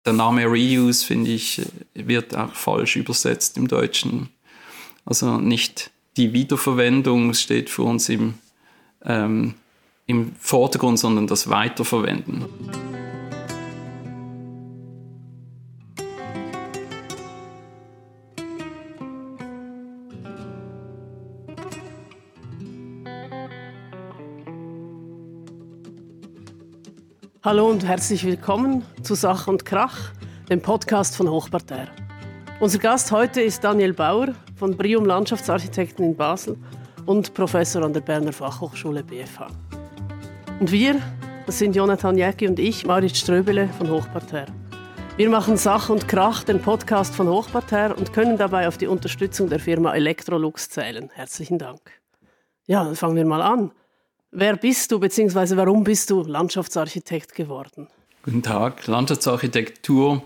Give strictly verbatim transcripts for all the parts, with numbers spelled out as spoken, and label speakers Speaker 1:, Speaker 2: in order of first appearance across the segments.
Speaker 1: Der Name Reuse, finde ich, wird auch falsch übersetzt im Deutschen. Also nicht die Wiederverwendung steht für uns im, ähm, im Vordergrund, sondern das Weiterverwenden.
Speaker 2: Hallo und herzlich willkommen zu Sach und Krach, dem Podcast von Hochparterre. Unser Gast heute ist Daniel Bauer von Brium Landschaftsarchitekten in Basel und Professor an der Berner Fachhochschule B F H. Und wir, das sind Jonathan Jäcki und ich, Marit Ströbele von Hochparterre. Wir machen Sach und Krach, den Podcast von Hochparterre, und können dabei auf die Unterstützung der Firma Electrolux zählen. Herzlichen Dank. Ja, dann fangen wir mal an. Wer bist du, beziehungsweise warum bist du Landschaftsarchitekt geworden?
Speaker 1: Guten Tag. Landschaftsarchitektur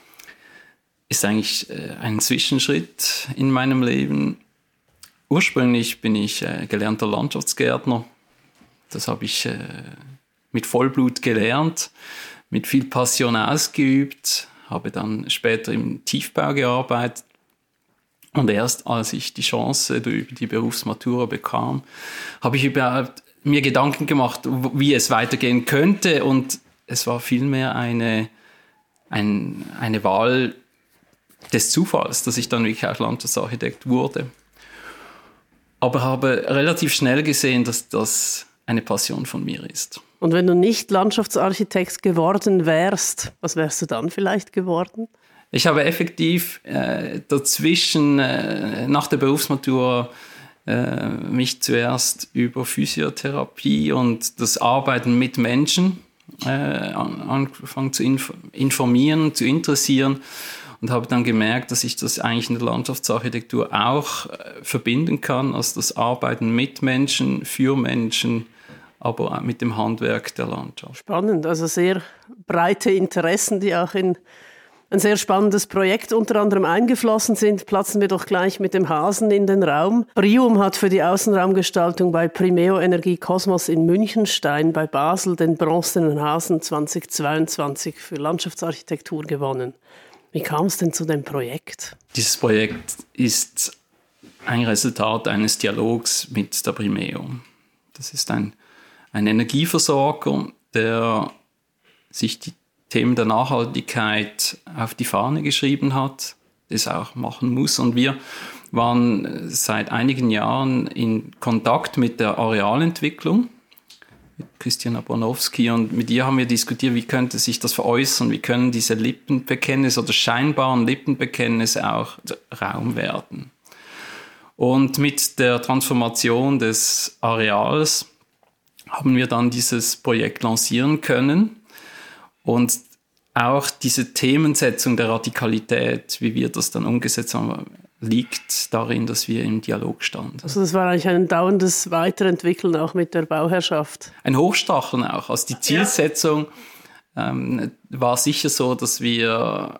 Speaker 1: ist eigentlich ein Zwischenschritt in meinem Leben. Ursprünglich bin ich gelernter Landschaftsgärtner. Das habe ich mit Vollblut gelernt, mit viel Passion ausgeübt, habe dann später im Tiefbau gearbeitet. Und erst als ich die Chance über die Berufsmatura bekam, habe ich überhaupt mir Gedanken gemacht, wie es weitergehen könnte, und es war vielmehr eine, ein, eine Wahl des Zufalls, dass ich dann wirklich auch Landschaftsarchitekt wurde. Aber habe relativ schnell gesehen, dass das eine Passion von mir ist.
Speaker 2: Und wenn du nicht Landschaftsarchitekt geworden wärst, was wärst du dann vielleicht geworden?
Speaker 1: Ich habe effektiv äh, dazwischen, äh, nach der Berufsmatura, äh, mich zuerst über Physiotherapie und das Arbeiten mit Menschen äh, angefangen zu inf- informieren, zu interessieren, und habe dann gemerkt, dass ich das eigentlich in der Landschaftsarchitektur auch äh, verbinden kann, also das Arbeiten mit Menschen, für Menschen, aber auch mit dem Handwerk der Landschaft.
Speaker 2: Spannend, also sehr breite Interessen, die auch in ein sehr spannendes Projekt unter anderem eingeflossen sind. Platzen wir doch gleich mit dem Hasen in den Raum. Brium hat für die Außenraumgestaltung bei Primeo Energie Kosmos in Münchenstein bei Basel den Bronzenen Hasen zweitausendzweiundzwanzig für Landschaftsarchitektur gewonnen. Wie kam es denn zu dem Projekt?
Speaker 1: Dieses Projekt ist ein Resultat eines Dialogs mit der Primeo. Das ist ein, ein Energieversorger, der sich die Themen der Nachhaltigkeit auf die Fahne geschrieben hat, das auch machen muss. Und wir waren seit einigen Jahren in Kontakt mit der Arealentwicklung, mit Christiana Bornowski, und mit ihr haben wir diskutiert, wie könnte sich das veräußern, wie können diese Lippenbekenntnisse oder scheinbaren Lippenbekenntnisse auch Raum werden. Und mit der Transformation des Areals haben wir dann dieses Projekt lancieren können. Und auch diese Themensetzung der Radikalität, wie wir das dann umgesetzt haben, liegt darin, dass wir im Dialog standen.
Speaker 2: Also das war eigentlich ein dauerndes Weiterentwickeln auch mit der Bauherrschaft.
Speaker 1: Ein Hochstacheln auch. Also die Zielsetzung ähm, war sicher so, dass wir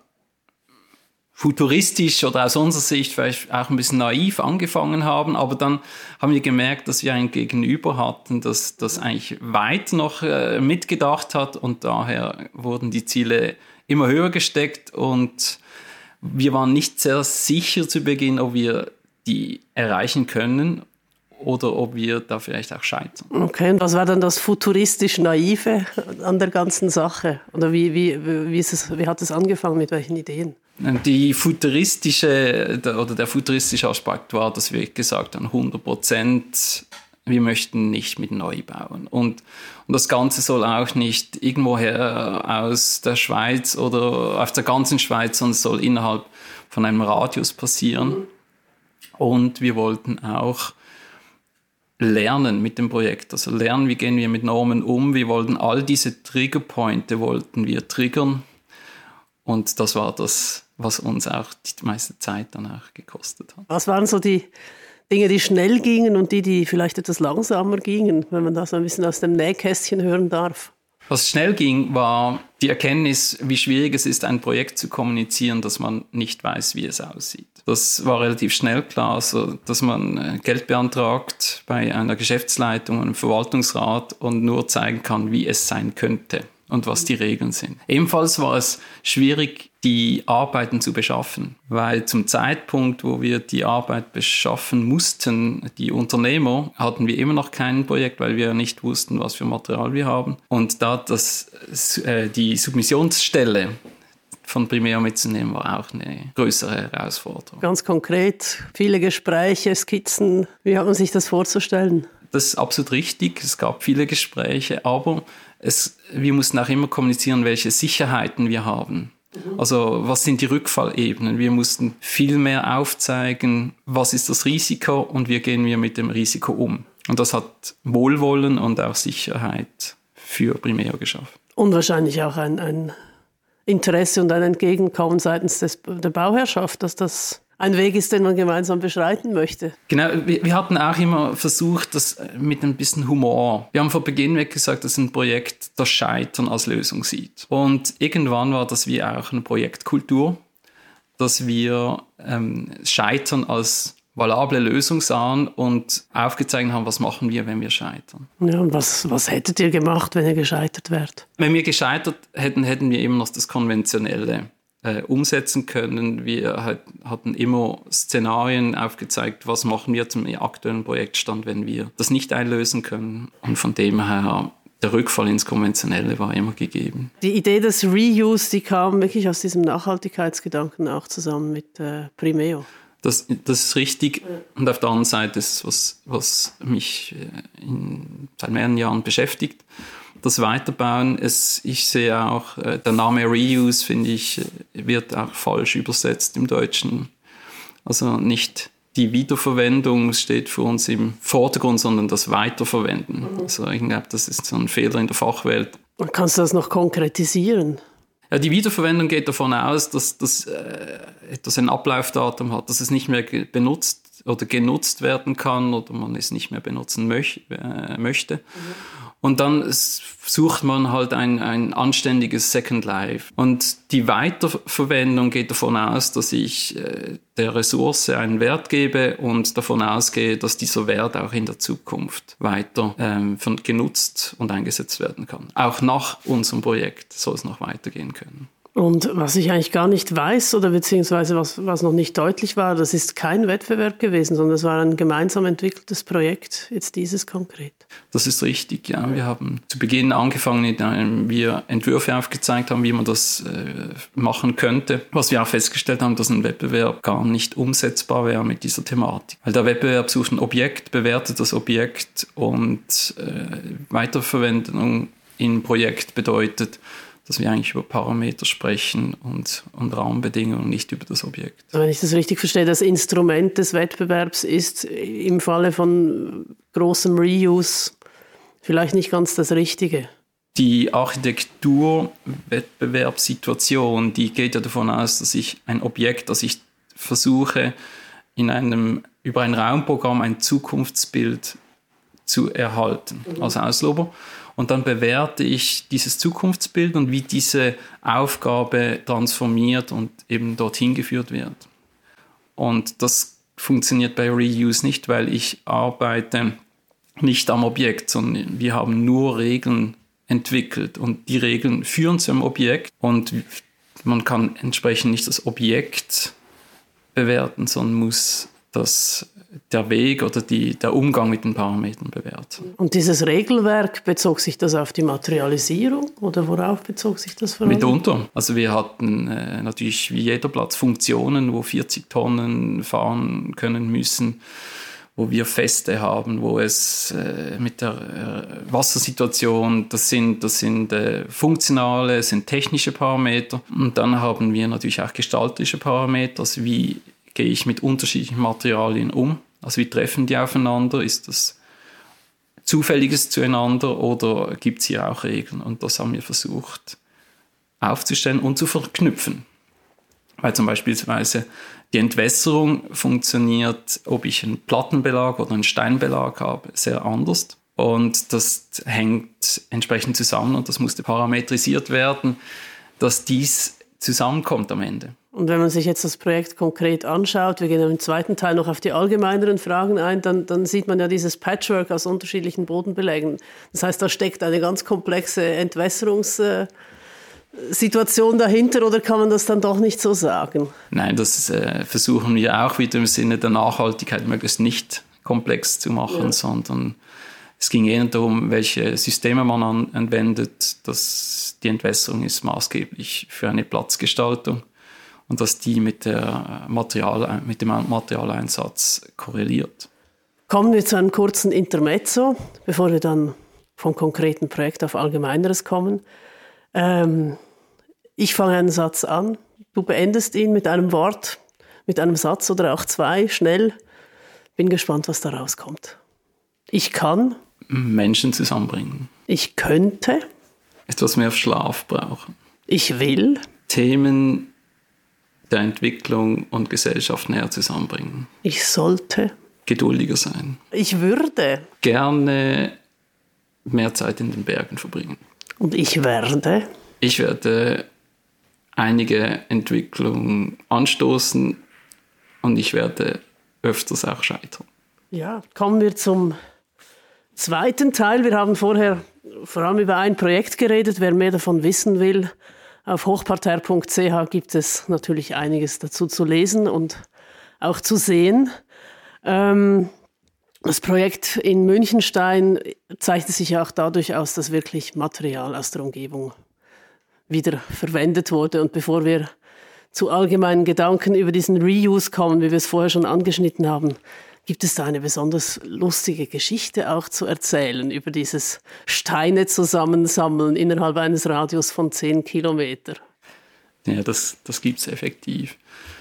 Speaker 1: futuristisch oder aus unserer Sicht vielleicht auch ein bisschen naiv angefangen haben, aber dann haben wir gemerkt, dass wir ein Gegenüber hatten, das, das eigentlich weit noch äh, mitgedacht hat, und daher wurden die Ziele immer höher gesteckt, und wir waren nicht sehr sicher zu Beginn, ob wir die erreichen können oder ob wir da vielleicht auch scheitern.
Speaker 2: Okay, und was war dann das futuristisch Naive an der ganzen Sache? Oder wie, wie, wie, ist es, wie hat es angefangen, mit welchen Ideen?
Speaker 1: Die futuristische, oder der futuristische Aspekt war, dass wir gesagt haben, hundert Prozent, wir möchten nicht mit neu bauen. Und, und das Ganze soll auch nicht irgendwoher aus der Schweiz oder aus der ganzen Schweiz, sondern es soll innerhalb von einem Radius passieren. Und wir wollten auch lernen mit dem Projekt, also lernen, wie gehen wir mit Normen um. Wir wollten all diese Triggerpointe wollten wir triggern, und das war das, was uns auch die meiste Zeit dann auch gekostet hat.
Speaker 2: Was waren so die Dinge, die schnell gingen und die, die vielleicht etwas langsamer gingen, wenn man das ein bisschen aus dem Nähkästchen hören darf?
Speaker 1: Was schnell ging, war die Erkenntnis, wie schwierig es ist, ein Projekt zu kommunizieren, dass man nicht weiß, wie es aussieht. Das war relativ schnell klar, also, dass man Geld beantragt bei einer Geschäftsleitung, einem Verwaltungsrat und nur zeigen kann, wie es sein könnte. und was die Regeln sind. Ebenfalls war es schwierig, die Arbeiten zu beschaffen, weil zum Zeitpunkt, wo wir die Arbeit beschaffen mussten, die Unternehmer, hatten wir immer noch kein Projekt, weil wir nicht wussten, was für Material wir haben. Und da das, äh, die Submissionsstelle von Primeo mitzunehmen, war auch eine größere Herausforderung.
Speaker 2: Ganz konkret, viele Gespräche, Skizzen, wie hat man sich das vorzustellen?
Speaker 1: Das ist absolut richtig, es gab viele Gespräche, aber es, wir mussten auch immer kommunizieren, welche Sicherheiten wir haben. Also was sind die Rückfallebenen? Wir mussten viel mehr aufzeigen, was ist das Risiko und wie gehen wir mit dem Risiko um. Und das hat Wohlwollen und auch Sicherheit für Primeo geschaffen.
Speaker 2: Und wahrscheinlich auch ein, ein Interesse und ein Entgegenkommen seitens des, der Bauherrschaft, dass das ein Weg ist, den man gemeinsam beschreiten möchte.
Speaker 1: Genau, wir, wir hatten auch immer versucht, das mit ein bisschen Humor. Wir haben von Beginn weg gesagt, das ist ein Projekt, das Scheitern als Lösung sieht. Und irgendwann war das wie auch eine Projektkultur, dass wir ähm, Scheitern als valable Lösung sahen und aufgezeigt haben, was machen wir, wenn wir scheitern.
Speaker 2: Ja, und was, was hättet ihr gemacht, wenn ihr gescheitert wärt?
Speaker 1: Wenn wir gescheitert hätten, hätten wir immer noch das Konventionelle Äh, umsetzen können. Wir hat, hatten immer Szenarien aufgezeigt, was machen wir zum aktuellen Projektstand, wenn wir das nicht einlösen können. Und von dem her, der Rückfall ins Konventionelle war immer gegeben.
Speaker 2: Die Idee des Reuse, die kam wirklich aus diesem Nachhaltigkeitsgedanken auch zusammen mit äh, Primeo.
Speaker 1: Das, das ist richtig. Und auf der anderen Seite ist es was, was mich in, seit mehreren Jahren beschäftigt. Das Weiterbauen, es, ich sehe auch, äh, der Name Reuse, finde ich, wird auch falsch übersetzt im Deutschen. Also nicht die Wiederverwendung steht für uns im Vordergrund, sondern das Weiterverwenden. Mhm. Also ich glaube, das ist so ein Fehler in der Fachwelt.
Speaker 2: Und kannst du das noch konkretisieren?
Speaker 1: Ja, die Wiederverwendung geht davon aus, dass das äh, etwas ein Ablaufdatum hat, dass es nicht mehr ge- benutzt oder genutzt werden kann oder man es nicht mehr benutzen möch- äh, möchte. Mhm. Und dann sucht man halt ein, ein anständiges Second Life. Und die Weiterverwendung geht davon aus, dass ich äh, der Ressource einen Wert gebe und davon ausgehe, dass dieser Wert auch in der Zukunft weiter ähm, von, genutzt und eingesetzt werden kann. Auch nach unserem Projekt soll es noch weitergehen können.
Speaker 2: Und was ich eigentlich gar nicht weiß oder beziehungsweise was, was noch nicht deutlich war, das ist kein Wettbewerb gewesen, sondern es war ein gemeinsam entwickeltes Projekt, jetzt dieses konkret.
Speaker 1: Das ist richtig, ja. Wir haben zu Beginn angefangen, indem wir Entwürfe aufgezeigt haben, wie man das äh, machen könnte. Was wir auch festgestellt haben, dass ein Wettbewerb gar nicht umsetzbar wäre mit dieser Thematik. Weil der Wettbewerb sucht ein Objekt, bewertet das Objekt und äh, Weiterverwendung im Projekt bedeutet, dass wir eigentlich über Parameter sprechen und, und Rahmenbedingungen, nicht über das Objekt.
Speaker 2: Wenn ich das richtig verstehe, das Instrument des Wettbewerbs ist im Falle von großem Reuse vielleicht nicht ganz das Richtige.
Speaker 1: Die Architektur-Wettbewerbssituation, die geht ja davon aus, dass ich ein Objekt, das ich versuche, in einem, über ein Raumprogramm ein Zukunftsbild zu erhalten als Auslober. Und dann bewerte ich dieses Zukunftsbild und wie diese Aufgabe transformiert und eben dorthin geführt wird. Und das funktioniert bei Reuse nicht, weil ich arbeite nicht am Objekt, sondern wir haben nur Regeln entwickelt. Und die Regeln führen zum Objekt. Und man kann entsprechend nicht das Objekt bewerten, sondern muss das der Weg oder die, der Umgang mit den Parametern bewerten.
Speaker 2: Und dieses Regelwerk, bezog sich das auf die Materialisierung oder worauf bezog sich das vor allem?
Speaker 1: Mitunter. Also wir hatten äh, natürlich wie jeder Platz Funktionen, wo vierzig Tonnen fahren können müssen, wo wir Feste haben, wo es äh, mit der äh, Wassersituation, das sind, das sind äh, funktionale, das sind technische Parameter. Und dann haben wir natürlich auch gestalterische Parameter, also wie gehe ich mit unterschiedlichen Materialien um? Also wie treffen die aufeinander? Ist das Zufälliges zueinander oder gibt es hier auch Regeln? Und das haben wir versucht aufzustellen und zu verknüpfen. Weil zum Beispiel die Entwässerung funktioniert, ob ich einen Plattenbelag oder einen Steinbelag habe, sehr anders. Und das hängt entsprechend zusammen und das musste parametrisiert werden, dass dies zusammenkommt am Ende.
Speaker 2: Und wenn man sich jetzt das Projekt konkret anschaut, wir gehen im zweiten Teil noch auf die allgemeineren Fragen ein, dann, dann sieht man ja dieses Patchwork aus unterschiedlichen Bodenbelägen. Das heißt, da steckt eine ganz komplexe Entwässerungssituation dahinter, oder kann man das dann doch nicht so sagen?
Speaker 1: Nein, das äh, versuchen wir auch wieder im Sinne der Nachhaltigkeit möglichst nicht komplex zu machen, ja. sondern es ging eher darum, welche Systeme man an, anwendet, dass die Entwässerung ist maßgeblich für eine Platzgestaltung und dass die mit, der Material, mit dem Materialeinsatz korreliert.
Speaker 2: Kommen wir zu einem kurzen Intermezzo, bevor wir dann vom konkreten Projekt auf Allgemeineres kommen. Ähm, ich fange einen Satz an, du beendest ihn mit einem Wort, mit einem Satz oder auch zwei, schnell. Bin gespannt, was da rauskommt. Ich kann
Speaker 1: Menschen zusammenbringen.
Speaker 2: Ich könnte
Speaker 1: etwas mehr Schlaf brauchen.
Speaker 2: Ich will
Speaker 1: Themen der Entwicklung und Gesellschaft näher zusammenbringen.
Speaker 2: Ich sollte
Speaker 1: geduldiger sein.
Speaker 2: Ich würde
Speaker 1: gerne mehr Zeit in den Bergen verbringen.
Speaker 2: Und ich werde
Speaker 1: Ich werde einige Entwicklungen anstoßen und ich werde öfters auch scheitern.
Speaker 2: Ja, kommen wir zum zweiten Teil. Wir haben vorher vor allem über ein Projekt geredet. Wer mehr davon wissen will, auf hochparterre punkt c h gibt es natürlich einiges dazu zu lesen und auch zu sehen. Ähm, das Projekt in Münchenstein zeichnet sich ja auch dadurch aus, dass wirklich Material aus der Umgebung wieder verwendet wurde. Und bevor wir zu allgemeinen Gedanken über diesen Reuse kommen, wie wir es vorher schon angeschnitten haben, gibt es da eine besonders lustige Geschichte auch zu erzählen über dieses Steine zusammensammeln innerhalb eines Radius von zehn Kilometer?
Speaker 1: Ja, das, das gibt es effektiv.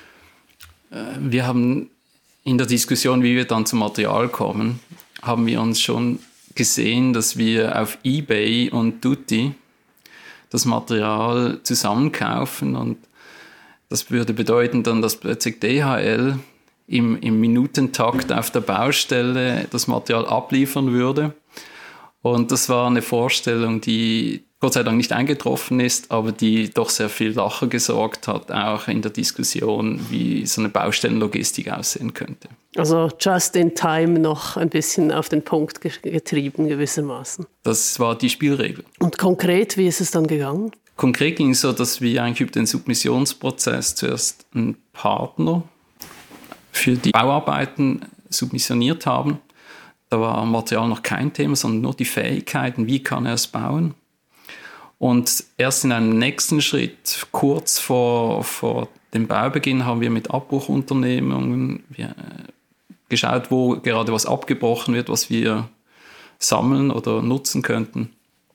Speaker 1: Wir haben in der Diskussion, wie wir dann zum Material kommen, haben wir uns schon gesehen, dass wir auf eBay und Tutti das Material zusammenkaufen und das würde bedeuten dann, dass plötzlich D H L im, im Minutentakt auf der Baustelle das Material abliefern würde. Und das war eine Vorstellung, die Gott sei Dank nicht eingetroffen ist, aber die doch sehr viel Lacher gesorgt hat, auch in der Diskussion, wie so eine Baustellenlogistik aussehen könnte.
Speaker 2: Also just in time noch ein bisschen auf den Punkt getrieben gewissermaßen.
Speaker 1: Das war die Spielregel.
Speaker 2: Und konkret, wie ist es dann gegangen?
Speaker 1: Konkret ging es so, dass wir eigentlich über den Submissionsprozess zuerst einen Partner für die Bauarbeiten submissioniert haben. Da war Material noch kein Thema, sondern nur die Fähigkeiten, wie kann er es bauen. Und erst in einem nächsten Schritt, kurz vor, vor dem Baubeginn, haben wir mit Abbruchunternehmungen wir, äh, geschaut, wo gerade was abgebrochen wird, was wir sammeln oder nutzen könnten.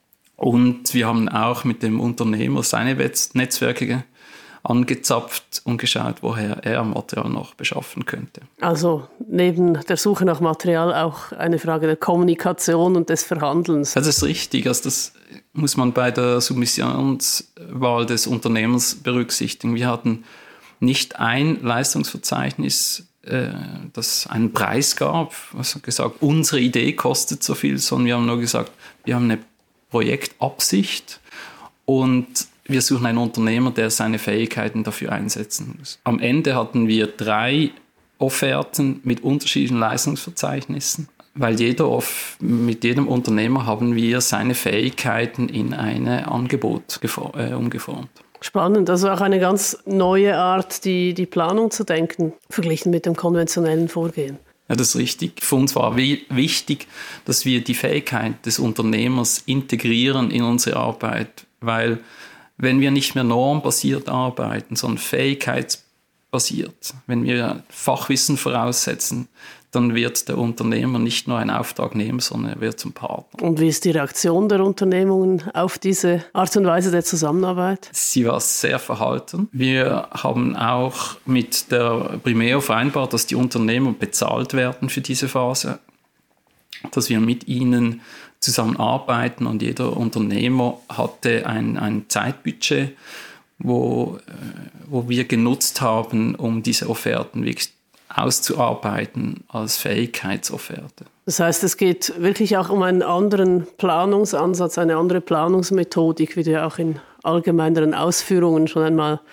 Speaker 1: Und wir haben auch mit dem Unternehmer seine Netzwerke angezapft und geschaut, woher er Material noch beschaffen könnte.
Speaker 2: Also neben der Suche nach Material auch eine Frage der Kommunikation und des Verhandelns.
Speaker 1: Das ist richtig. Also das muss man bei der Submissionswahl des Unternehmers berücksichtigen. Wir hatten nicht ein Leistungsverzeichnis, äh, das einen Preis gab. Also gesagt, unsere Idee kostet so viel, sondern wir haben nur gesagt, wir haben eine Projektabsicht und wir suchen einen Unternehmer, der seine Fähigkeiten dafür einsetzen muss. Am Ende hatten wir drei Offerten mit unterschiedlichen Leistungsverzeichnissen, weil jeder, mit jedem Unternehmer haben wir seine Fähigkeiten in ein Angebot äh, umgeformt.
Speaker 2: Spannend, also auch eine ganz neue Art, die, die Planung zu denken, verglichen mit dem konventionellen Vorgehen.
Speaker 1: Ja, das ist richtig. Für uns war wichtig, dass wir die Fähigkeit des Unternehmers integrieren in unsere Arbeit, weil wenn wir nicht mehr normbasiert arbeiten, sondern fähigkeitsbasiert, wenn wir Fachwissen voraussetzen, dann wird der Unternehmer nicht nur einen Auftrag nehmen, sondern er wird zum Partner.
Speaker 2: Und wie ist die Reaktion der Unternehmungen auf diese Art und Weise der Zusammenarbeit?
Speaker 1: Sie war sehr verhalten. Wir haben auch mit der Primeo vereinbart, dass die Unternehmer bezahlt werden für diese Phase, dass wir mit ihnen zusammenarbeiten und jeder Unternehmer hatte ein, ein Zeitbudget, wo, wo wir genutzt haben, um diese Offerten wirklich auszuarbeiten als Fähigkeitsofferte.
Speaker 2: Das heißt, es geht wirklich auch um einen anderen Planungsansatz, eine andere Planungsmethodik, wie du ja auch in allgemeineren Ausführungen schon einmal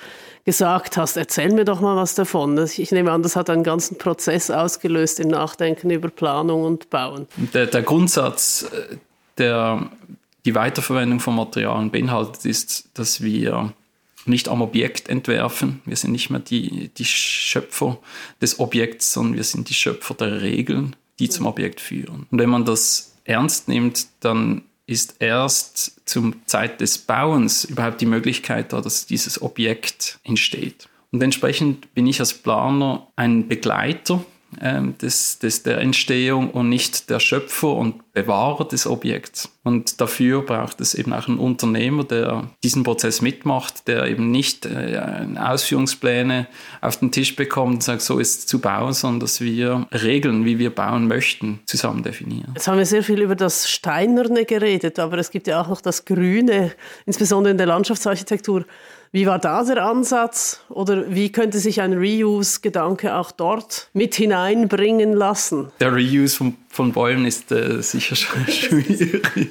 Speaker 2: gesagt hast. Erzähl mir doch mal was davon. Ich nehme an, das hat einen ganzen Prozess ausgelöst im Nachdenken über Planung und Bauen.
Speaker 1: Der, der Grundsatz, der die Weiterverwendung von Materialien beinhaltet, ist, dass wir nicht am Objekt entwerfen. Wir sind nicht mehr die, die Schöpfer des Objekts, sondern wir sind die Schöpfer der Regeln, die zum Objekt führen. Und wenn man das ernst nimmt, dann ist erst zur Zeit des Bauens überhaupt die Möglichkeit da, dass dieses Objekt entsteht. Und entsprechend bin ich als Planer ein Begleiter ähm, des, des, der Entstehung und nicht der Schöpfer und Bewahrer des Objekts. Und dafür braucht es eben auch einen Unternehmer, der diesen Prozess mitmacht, der eben nicht äh, Ausführungspläne auf den Tisch bekommt und sagt, so ist es zu bauen, sondern dass wir Regeln, wie wir bauen möchten, zusammen definieren.
Speaker 2: Jetzt haben wir sehr viel über das Steinerne geredet, aber es gibt ja auch noch das Grüne, insbesondere in der Landschaftsarchitektur. Wie war da der Ansatz oder wie könnte sich ein Reuse-Gedanke auch dort mit hineinbringen lassen?
Speaker 1: Der Reuse von, von Bäumen ist äh, sicher schon schwierig.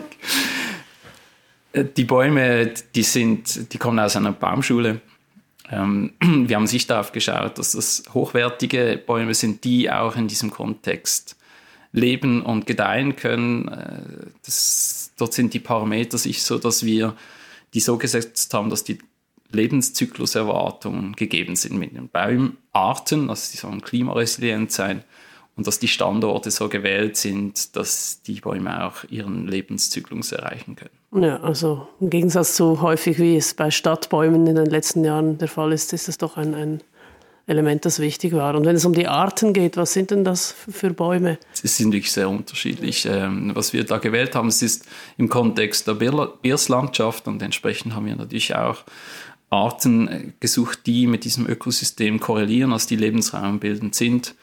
Speaker 1: Die Bäume, die, sind, die kommen aus einer Baumschule. Ähm, wir haben sich darauf geschaut, dass das hochwertige Bäume sind, die auch in diesem Kontext leben und gedeihen können. Das, dort sind die Parameter sich so, dass wir die so gesetzt haben, dass die Lebenszykluserwartungen gegeben sind mit den Baumarten, also die sollen klimaresilient sein und dass die Standorte so gewählt sind, dass die Bäume auch ihren Lebenszyklus erreichen können.
Speaker 2: Ja, also im Gegensatz zu häufig, wie es bei Stadtbäumen in den letzten Jahren der Fall ist, ist es doch ein, ein Element, das wichtig war. Und wenn es um die Arten geht, was sind denn das für Bäume?
Speaker 1: Es sind wirklich sehr unterschiedlich. Was wir da gewählt haben, es ist im Kontext der Bierslandschaft und entsprechend haben wir natürlich auch Arten gesucht, die mit diesem Ökosystem korrelieren, also die lebensraumbildend sind.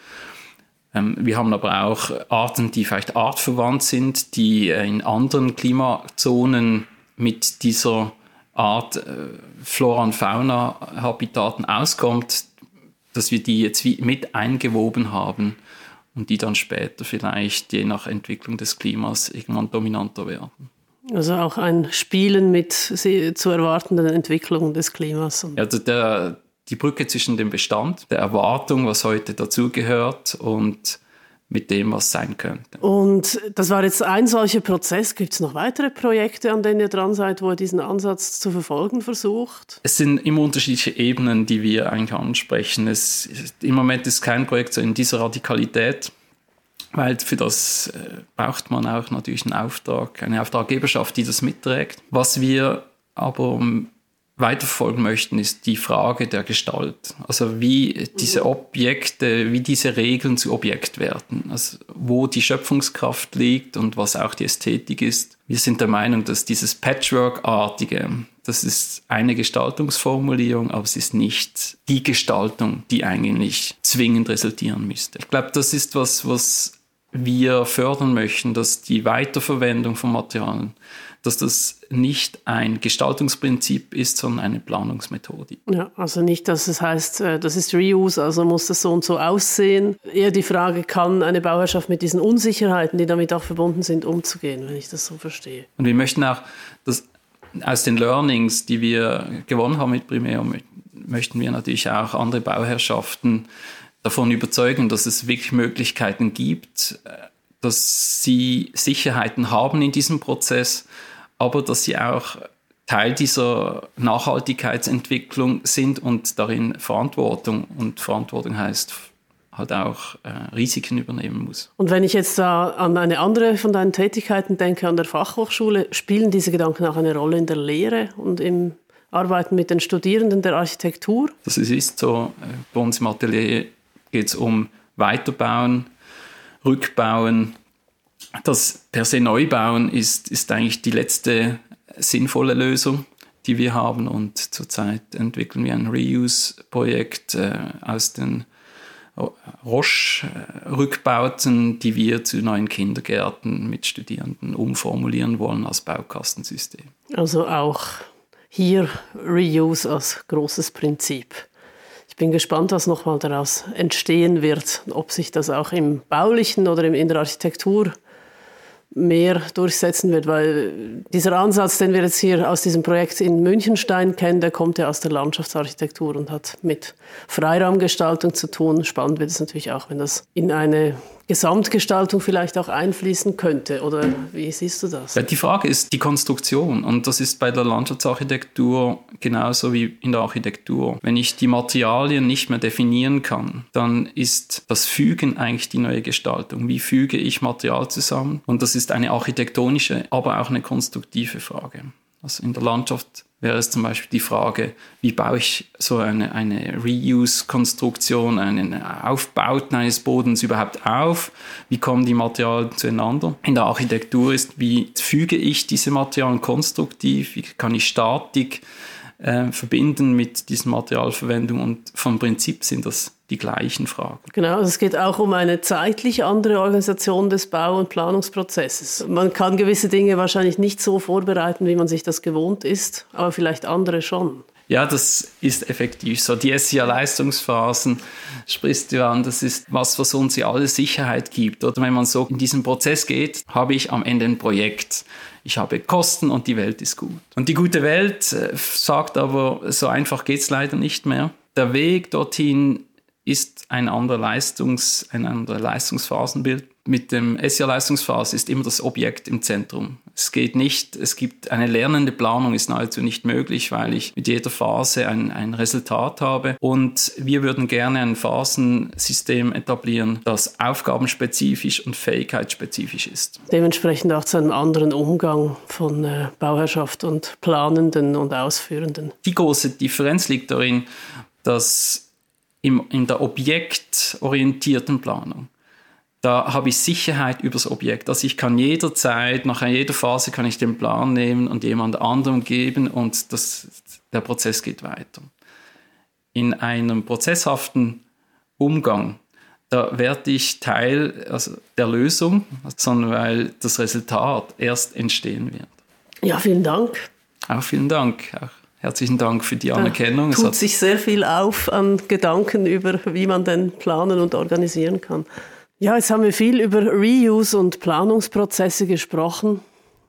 Speaker 1: Wir haben aber auch Arten, die vielleicht artverwandt sind, die in anderen Klimazonen mit dieser Art Flora- und Fauna-Habitaten auskommt, dass wir die jetzt mit eingewoben haben und die dann später vielleicht je nach Entwicklung des Klimas irgendwann dominanter werden.
Speaker 2: Also auch ein Spielen mit zu erwartenden Entwicklungen des Klimas.
Speaker 1: Also der, die Brücke zwischen dem Bestand, der Erwartung, was heute dazugehört und mit dem, was sein könnte.
Speaker 2: Und das war jetzt ein solcher Prozess. Gibt es noch weitere Projekte, an denen ihr dran seid, wo ihr diesen Ansatz zu verfolgen versucht?
Speaker 1: Es sind immer unterschiedliche Ebenen, die wir eigentlich ansprechen. Es, im Moment ist kein Projekt so in dieser Radikalität, weil für das äh, braucht man auch natürlich einen Auftrag, eine Auftraggeberschaft, die das mitträgt. Was wir aber weiterverfolgen möchten, ist die Frage der Gestalt. Also wie diese Objekte, wie diese Regeln zu Objekt werden. Also wo die Schöpfungskraft liegt und was auch die Ästhetik ist. Wir sind der Meinung, dass dieses Patchwork-artige, das ist eine Gestaltungsformulierung, aber es ist nicht die Gestaltung, die eigentlich zwingend resultieren müsste. Ich glaube, das ist was, was wir fördern möchten, dass die Weiterverwendung von Materialien, dass das nicht ein Gestaltungsprinzip ist, sondern eine Planungsmethodik.
Speaker 2: Ja, also nicht, dass es heißt, das ist Reuse, also muss das so und so aussehen. Eher die Frage, kann eine Bauherrschaft mit diesen Unsicherheiten, die damit auch verbunden sind, umzugehen, wenn ich das so verstehe.
Speaker 1: Und wir möchten auch, dass aus den Learnings, die wir gewonnen haben mit Primeo, möchten wir natürlich auch andere Bauherrschaften davon überzeugen, dass es wirklich Möglichkeiten gibt, dass sie Sicherheiten haben in diesem Prozess, aber dass sie auch Teil dieser Nachhaltigkeitsentwicklung sind und darin Verantwortung, und Verantwortung heißt halt auch äh, Risiken übernehmen muss.
Speaker 2: Und wenn ich jetzt da an eine andere von deinen Tätigkeiten denke, an der Fachhochschule, spielen diese Gedanken auch eine Rolle in der Lehre und im Arbeiten mit den Studierenden der Architektur?
Speaker 1: Das ist so. Bei uns im Atelier geht es um Weiterbauen, Rückbauen. Das per se Neubauen ist, ist eigentlich die letzte sinnvolle Lösung, die wir haben. Und zurzeit entwickeln wir ein Reuse-Projekt äh, aus den Roche-Rückbauten, die wir zu neuen Kindergärten mit Studierenden umformulieren wollen als Baukastensystem.
Speaker 2: Also auch hier Reuse als großes Prinzip. Ich bin gespannt, was nochmal daraus entstehen wird, ob sich das auch im Baulichen oder in der Architektur mehr durchsetzen wird, weil dieser Ansatz, den wir jetzt hier aus diesem Projekt in Münchenstein kennen, der kommt ja aus der Landschaftsarchitektur und hat mit Freiraumgestaltung zu tun. Spannend wird es natürlich auch, wenn das in eine Gesamtgestaltung vielleicht auch einfließen könnte. Oder wie siehst du das?
Speaker 1: Ja, die Frage ist die Konstruktion, und das ist bei der Landschaftsarchitektur genauso wie in der Architektur. Wenn ich die Materialien nicht mehr definieren kann, dann ist das Fügen eigentlich die neue Gestaltung. Wie füge ich Material zusammen? Und das ist eine architektonische, aber auch eine konstruktive Frage. Also in der Landschaft wäre es zum Beispiel die Frage, wie baue ich so eine, eine Reuse-Konstruktion, einen Aufbauten eines Bodens überhaupt auf? Wie kommen die Materialien zueinander? In der Architektur ist, wie füge ich diese Materialien konstruktiv? Wie kann ich Statik äh, verbinden mit dieser Materialverwendung? Und vom Prinzip sind das die gleichen Fragen.
Speaker 2: Genau, also es geht auch um eine zeitlich andere Organisation des Bau- und Planungsprozesses. Man kann gewisse Dinge wahrscheinlich nicht so vorbereiten, wie man sich das gewohnt ist, aber vielleicht andere schon.
Speaker 1: Ja, das ist effektiv so. Die S I A-Leistungsphasen, sprichst du an, das ist was, was uns ja alle Sicherheit gibt. Oder wenn man so in diesen Prozess geht, habe ich am Ende ein Projekt. Ich habe Kosten und die Welt ist gut. Und die gute Welt äh, sagt aber, so einfach geht es leider nicht mehr. Der Weg dorthin ist ein anderer Leistungs, ein anderer Leistungsphasenbild. Mit dem S I A-Leistungsphase ist immer das Objekt im Zentrum. Es geht nicht, es gibt eine lernende Planung, ist nahezu nicht möglich, weil ich mit jeder Phase ein, ein Resultat habe. Und wir würden gerne ein Phasensystem etablieren, das aufgabenspezifisch und fähigkeitsspezifisch ist.
Speaker 2: Dementsprechend auch zu einem anderen Umgang von äh, Bauherrschaft und Planenden und Ausführenden.
Speaker 1: Die große Differenz liegt darin, dass im, in der objektorientierten Planung, da habe ich Sicherheit über das Objekt. Also ich kann jederzeit, nach jeder Phase kann ich den Plan nehmen und jemand anderem geben und das, der Prozess geht weiter. In einem prozesshaften Umgang, da werde ich Teil also der Lösung, sondern weil das Resultat erst entstehen wird.
Speaker 2: Ja, vielen Dank.
Speaker 1: Auch vielen Dank. Auch herzlichen Dank für die Anerkennung.
Speaker 2: Da tut sich sehr viel auf an Gedanken über, wie man denn planen und organisieren kann. Ja, jetzt haben wir viel über Reuse und Planungsprozesse gesprochen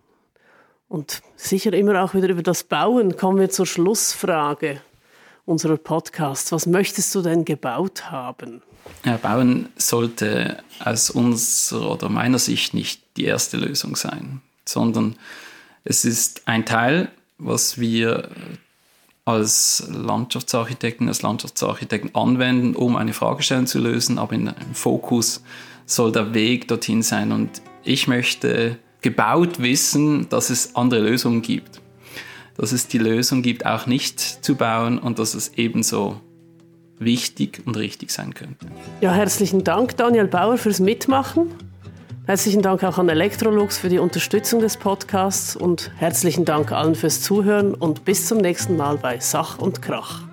Speaker 2: und sicher immer auch wieder über das Bauen. Kommen wir zur Schlussfrage unserer Podcasts. Was möchtest du denn gebaut haben?
Speaker 1: Ja, Bauen sollte aus unserer oder meiner Sicht nicht die erste Lösung sein, sondern es ist ein Teil, was wir als Landschaftsarchitekten, als Landschaftsarchitekten anwenden, um eine Fragestellung zu lösen, aber im Fokus soll der Weg dorthin sein. Und ich möchte gebaut wissen, dass es andere Lösungen gibt. Dass es die Lösung gibt, auch nicht zu bauen und dass es ebenso wichtig und richtig sein könnte.
Speaker 2: Ja, herzlichen Dank, Daniel Bauer, fürs Mitmachen. Herzlichen Dank auch an Electrolux für die Unterstützung des Podcasts und herzlichen Dank allen fürs Zuhören und bis zum nächsten Mal bei Sach und Krach.